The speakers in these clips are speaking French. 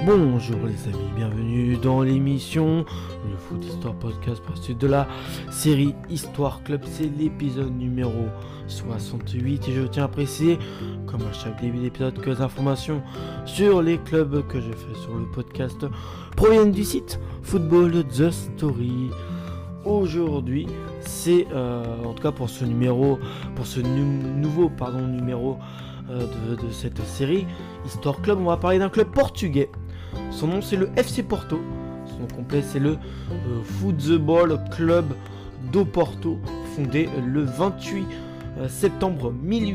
Bonjour les amis, bienvenue dans l'émission le Foot Histoire Podcast par suite de la série Histoire Club. C'est l'épisode numéro 68 et je tiens à préciser, comme à chaque début d'épisode, que les informations sur les clubs que je fais sur le podcast proviennent du site Football The Story. Aujourd'hui, c'est en tout cas pour ce numéro, nouveau numéro de cette série Histoire Club, on va parler d'un club portugais. Son nom c'est le FC Porto. Son nom complet c'est le Futebol Club do Porto, fondé le 28 septembre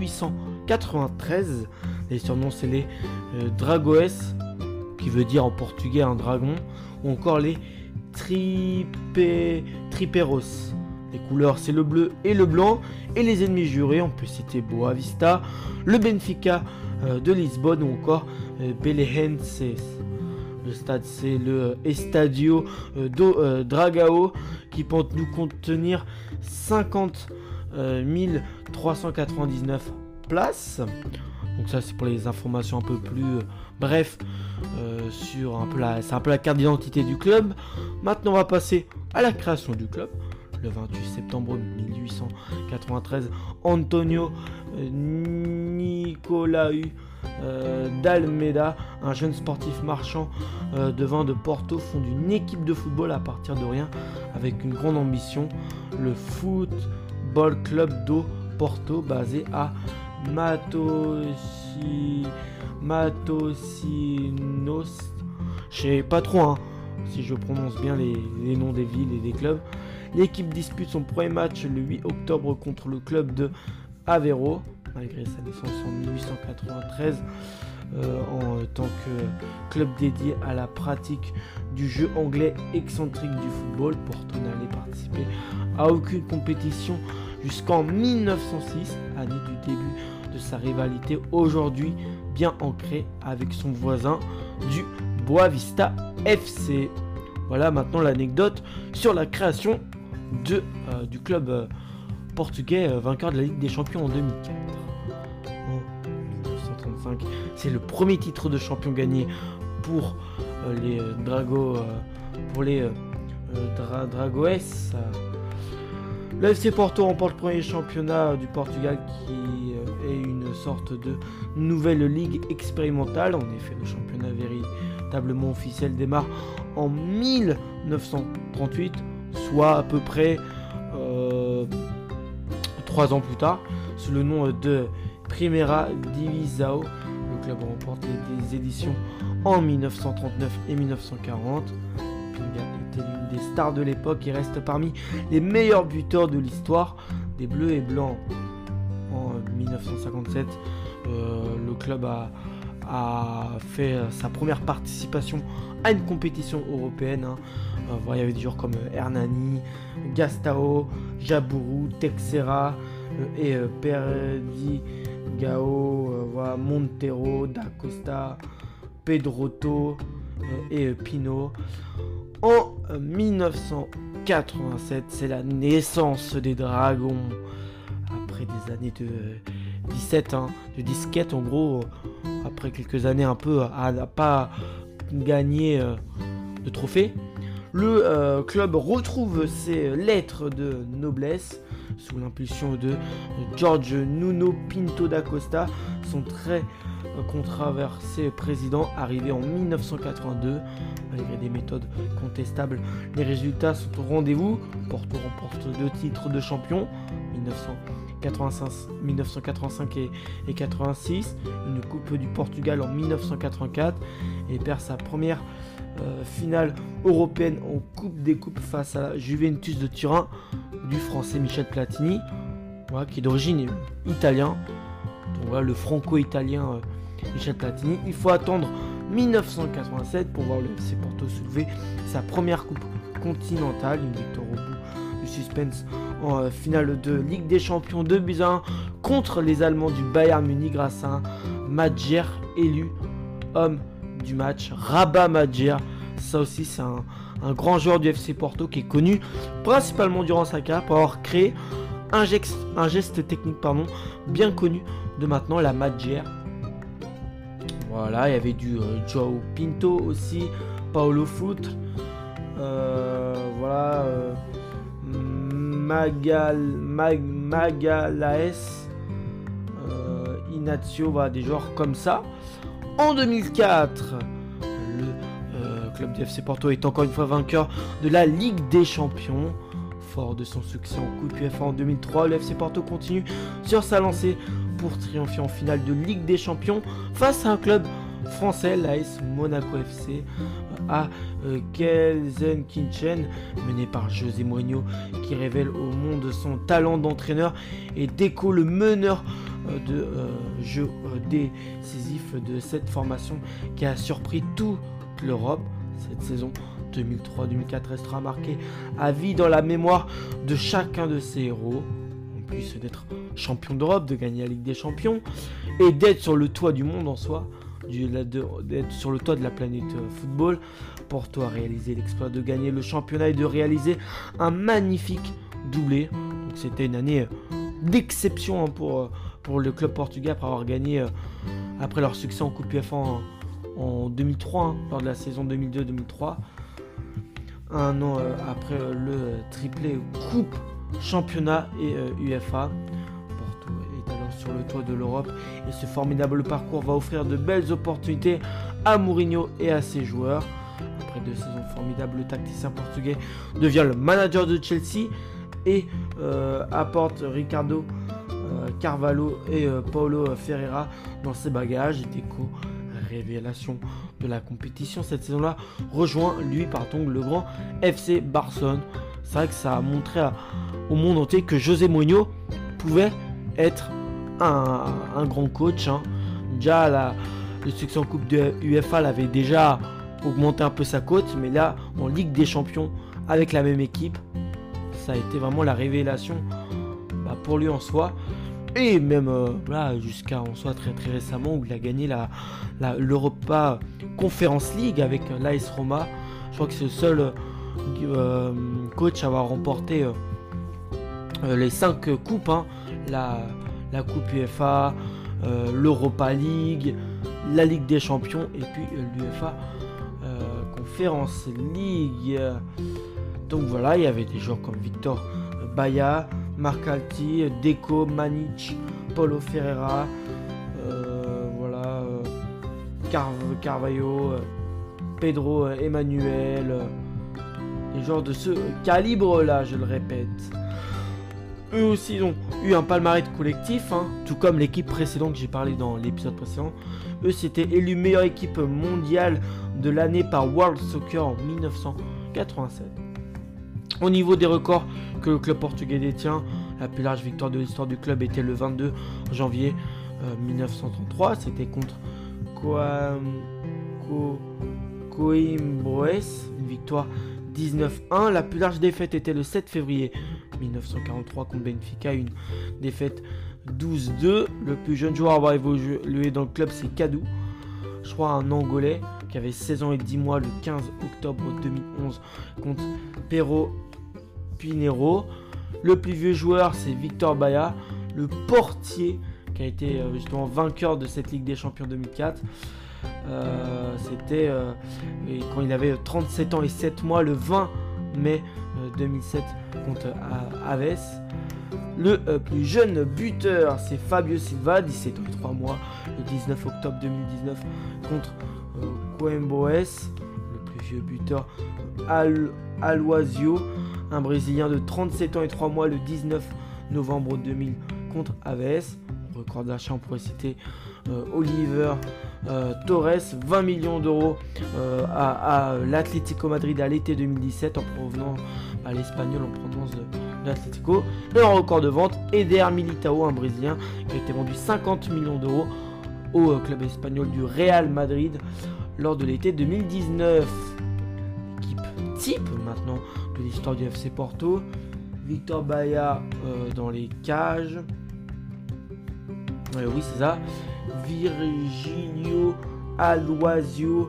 1893. Les surnoms c'est les Dragões, qui veut dire en portugais un dragon, ou encore les Tripeiros. Les couleurs c'est le bleu et le blanc, et les ennemis jurés on peut citer Boa Vista, le Benfica de Lisbonne ou encore Belenenses. Le stade c'est le Estadio do Dragão qui peut nous contenir 50 399 places. Donc ça c'est pour les informations un peu plus bref sur c'est un peu la carte d'identité du club. Maintenant on va passer à la création du club. Le 28 septembre 1893, Antonio Nicolaú d'Almeida, un jeune sportif marchand de vin de Porto, fonde une équipe de football à partir de rien avec une grande ambition, le Futebol Club do Porto, basé à Matosinhos. Je sais pas trop si je prononce bien les noms des villes et des clubs. L'équipe dispute son premier match le 8 octobre contre le club de Aveiro, malgré sa naissance en 1893, en tant que club dédié à la pratique du jeu anglais excentrique du football. Porto n'allait participer à aucune compétition jusqu'en 1906, année du début de sa rivalité aujourd'hui bien ancrée avec son voisin du Boa Vista FC. Voilà maintenant l'anecdote sur la création du club portugais vainqueur de la Ligue des Champions en 2004. En 1935, c'est le premier titre de champion gagné pour les Dragões. Le FC Porto remporte le premier championnat du Portugal qui est une sorte de nouvelle ligue expérimentale. En effet, le championnat véritablement officiel démarre en 1938, soit à peu près 3 ans plus tard, sous le nom de Primeira Divisão. Le club remporte des éditions en 1939 et 1940. Pinga était l'une des stars de l'époque et reste parmi les meilleurs buteurs de l'histoire des Bleus et Blancs. En 1957, le club a fait sa première participation à une compétition européenne. Il y avait des joueurs comme Hernani, Gastão, Jaburu, Teixeira et Perdigão, Monteiro, Da Costa, Pedroto et Pino. En 1987, c'est la naissance des Dragons. Après des années de disquette en gros, après quelques années un peu à pas gagner de trophées, le club retrouve ses lettres de noblesse sous l'impulsion de Jorge Nuno Pinto da Costa, son très controversé président arrivé en 1982. Malgré des méthodes contestables, les résultats sont au rendez-vous. Porto remporte 2 titres de champion, 1985 et 86, une coupe du Portugal en 1984 et perd sa première finale européenne en Coupe des Coupes face à la Juventus de Turin du français Michel Platini, qui est d'origine italien. Donc le franco-italien Michel Platini. Il faut attendre 1987 pour voir le FC Porto soulever sa première coupe continentale, une victoire au bout du suspense en finale de Ligue des Champions 2-1 contre les Allemands du Bayern Munich grâce à un Madjer élu homme du match, Rabat Madjer. Ça aussi c'est un grand joueur du FC Porto qui est connu principalement durant sa carrière pour avoir créé un geste technique bien connu de maintenant, la Madjer. Voilà, il y avait du Joao Pinto aussi, Paulo Futre, voilà, Magalaes, Inacio, voilà, des joueurs comme ça. En 2004, le club du FC Porto est encore une fois vainqueur de la Ligue des Champions. Fort de son succès en Coupe UEFA en 2003, le FC Porto continue sur sa lancée pour triompher en finale de Ligue des Champions face à un club français, l'AS Monaco FC, à Gelsenkirchen, mené par José Mourinho, qui révèle au monde son talent d'entraîneur et Deco, le meneur de jeu décisif de cette formation qui a surpris toute l'Europe cette saison. 2003-2004 restera marqué à vie dans la mémoire de chacun de ses héros. En plus d'être champion d'Europe, de gagner la Ligue des Champions et d'être sur le toit du monde en soi, d'être sur le toit de la planète football. Porto a réalisé l'exploit de gagner le championnat et de réaliser un magnifique doublé. Donc c'était une année d'exception pour le club portugais après avoir gagné après leur succès en Coupe UEFA en 2003, lors de la saison 2002-2003. Un an après le triplé Coupe, Championnat et UEFA. Porto est alors sur le toit de l'Europe et ce formidable parcours va offrir de belles opportunités à Mourinho et à ses joueurs. Après 2 saisons formidables, le tacticien portugais devient le manager de Chelsea et apporte Ricardo Carvalho et Paulo Ferreira dans ses bagages. Deco, révélation de la compétition cette saison-là, rejoint lui pardon le grand FC Barcelone. C'est vrai que ça a montré au monde entier que José Mourinho pouvait être un grand coach. Déjà le succès en Coupe de UEFA l'avait déjà augmenté un peu sa cote, mais là en Ligue des Champions avec la même équipe, ça a été vraiment la révélation pour lui en soi. Et même jusqu'à en soi très très récemment où il a gagné l'Europa Conference League avec l'AS Roma. Je crois que c'est le seul coach à avoir remporté les 5 coupes, la Coupe UEFA, l'Europa League, la Ligue des Champions et puis l'UEFA Conference League. Donc voilà, il y avait des joueurs comme Victor Baía, Marc Alti, Deco, Manic, Paulo Ferreira, Carvalho, Pedro Emmanuel, des joueurs de ce calibre-là, je le répète. Eux aussi ils ont eu un palmarès collectif, tout comme l'équipe précédente que j'ai parlé dans l'épisode précédent. Eux s'étaient élus meilleure équipe mondiale de l'année par World Soccer en 1987. Au niveau des records que le club portugais détient, la plus large victoire de l'histoire du club était le 22 janvier 1933. C'était contre Coimboes, une victoire 19-1. La plus large défaite était le 7 février 1943 contre Benfica, une défaite 12-2. Le plus jeune joueur à avoir évolué dans le club, c'est Kadou, je crois un Angolais qui avait 16 ans et 10 mois le 15 octobre 2011 contre Pero Pinheiro. Le plus vieux joueur, c'est Victor Baía, le portier qui a été justement vainqueur de cette Ligue des Champions 2004. C'était quand il avait 37 ans et 7 mois le 20 mai 2007 contre Aves. Le plus jeune buteur, c'est Fabio Silva, 17 ans et 3 mois, le 19 octobre 2019 contre Coimboes. Le plus vieux buteur, Aloisio, un Brésilien de 37 ans et 3 mois, le 19 novembre 2000 contre Aves. Record d'achat, on pourrait citer Oliver Torres, 20 millions d'euros à l'Atlético Madrid à l'été 2017 en provenant à l'Espagnol en provenance de l'Atlético. Et en record de vente, Eder Militao, un Brésilien qui a été vendu 50 millions d'euros au club espagnol du Real Madrid lors de l'été 2019. L'équipe type maintenant de l'histoire du FC Porto. Victor Baía dans les cages. Oui, c'est ça. Virgilio Aloisio,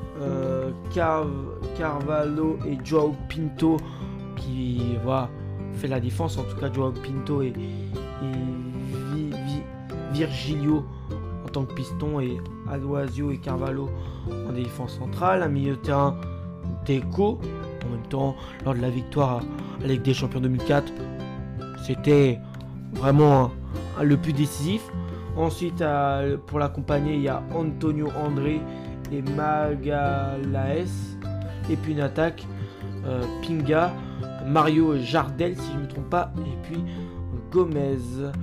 Carvalho et Joao Pinto qui fait la défense. En tout cas, Joao Pinto et Virgilio, en tant que piston et Aloisio et Carvalho en défense centrale. Un milieu de terrain Deco. En même temps, lors de la victoire à la Ligue des Champions 2004, c'était vraiment le plus décisif. Ensuite, pour l'accompagner, il y a Antonio André et Magalaes. Et puis une attaque, Pinga, Mario Jardel, si je ne me trompe pas, et puis Gomez.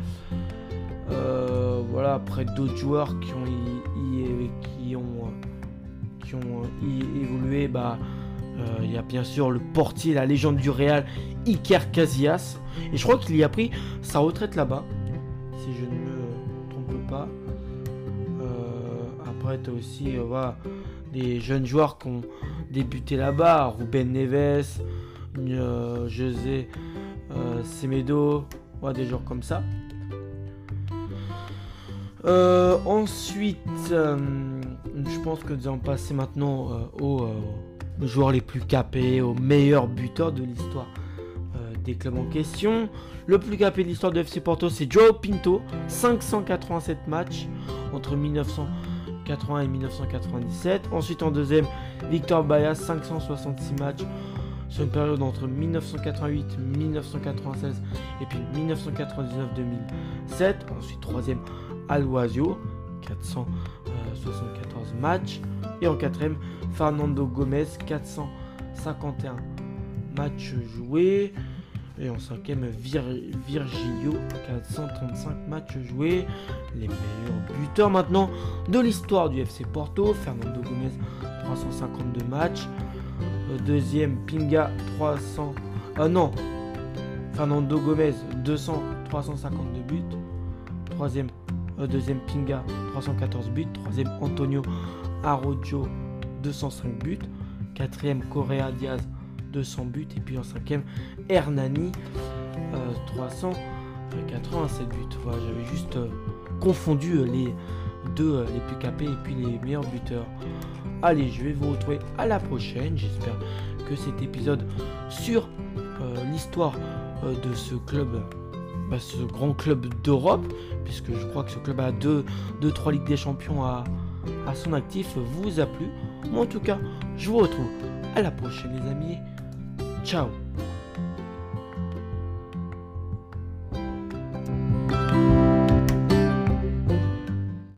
Voilà, après d'autres joueurs qui ont évolué, il y a bien sûr le portier, la légende du Real, Iker Casillas. Et je crois qu'il y a pris sa retraite là-bas, si je ne me trompe pas. Après, tu as aussi des jeunes joueurs qui ont débuté là-bas, Ruben Neves, José Semedo, des joueurs comme ça. Ensuite, je pense que nous allons passer maintenant aux joueurs les plus capés, aux meilleurs buteurs de l'histoire des clubs en question. Le plus capé de l'histoire de FC Porto, c'est João Pinto, 587 matchs entre 1980 et 1997. Ensuite, en deuxième, Victor Baia, 566 matchs sur une période entre 1988, 1996 et puis 1999-2007. Ensuite, troisième, Aloisio, 474 matchs. Et en quatrième, Fernando Gomez, 451 matchs joués. Et en cinquième, Virgilio, 435 matchs joués. Les meilleurs buteurs maintenant de l'histoire du FC Porto. Fernando Gomez, 352 matchs. Deuxième, Pinga, Fernando Gomez, 352 buts. Deuxième, Pinga, 314 buts. Troisième, Antonio Araujo, 205 buts. Quatrième, Correa Diaz, 200 buts. Et puis en cinquième, Hernani, 387 buts. Voilà, j'avais juste confondu les deux les plus capés et puis les meilleurs buteurs. Allez, je vais vous retrouver à la prochaine. J'espère que cet épisode sur l'histoire de ce club, ce grand club d'Europe, puisque je crois que ce club a 2-3 Ligues des Champions à son actif, vous a plu. Moi en tout cas, je vous retrouve à la prochaine les amis. Ciao.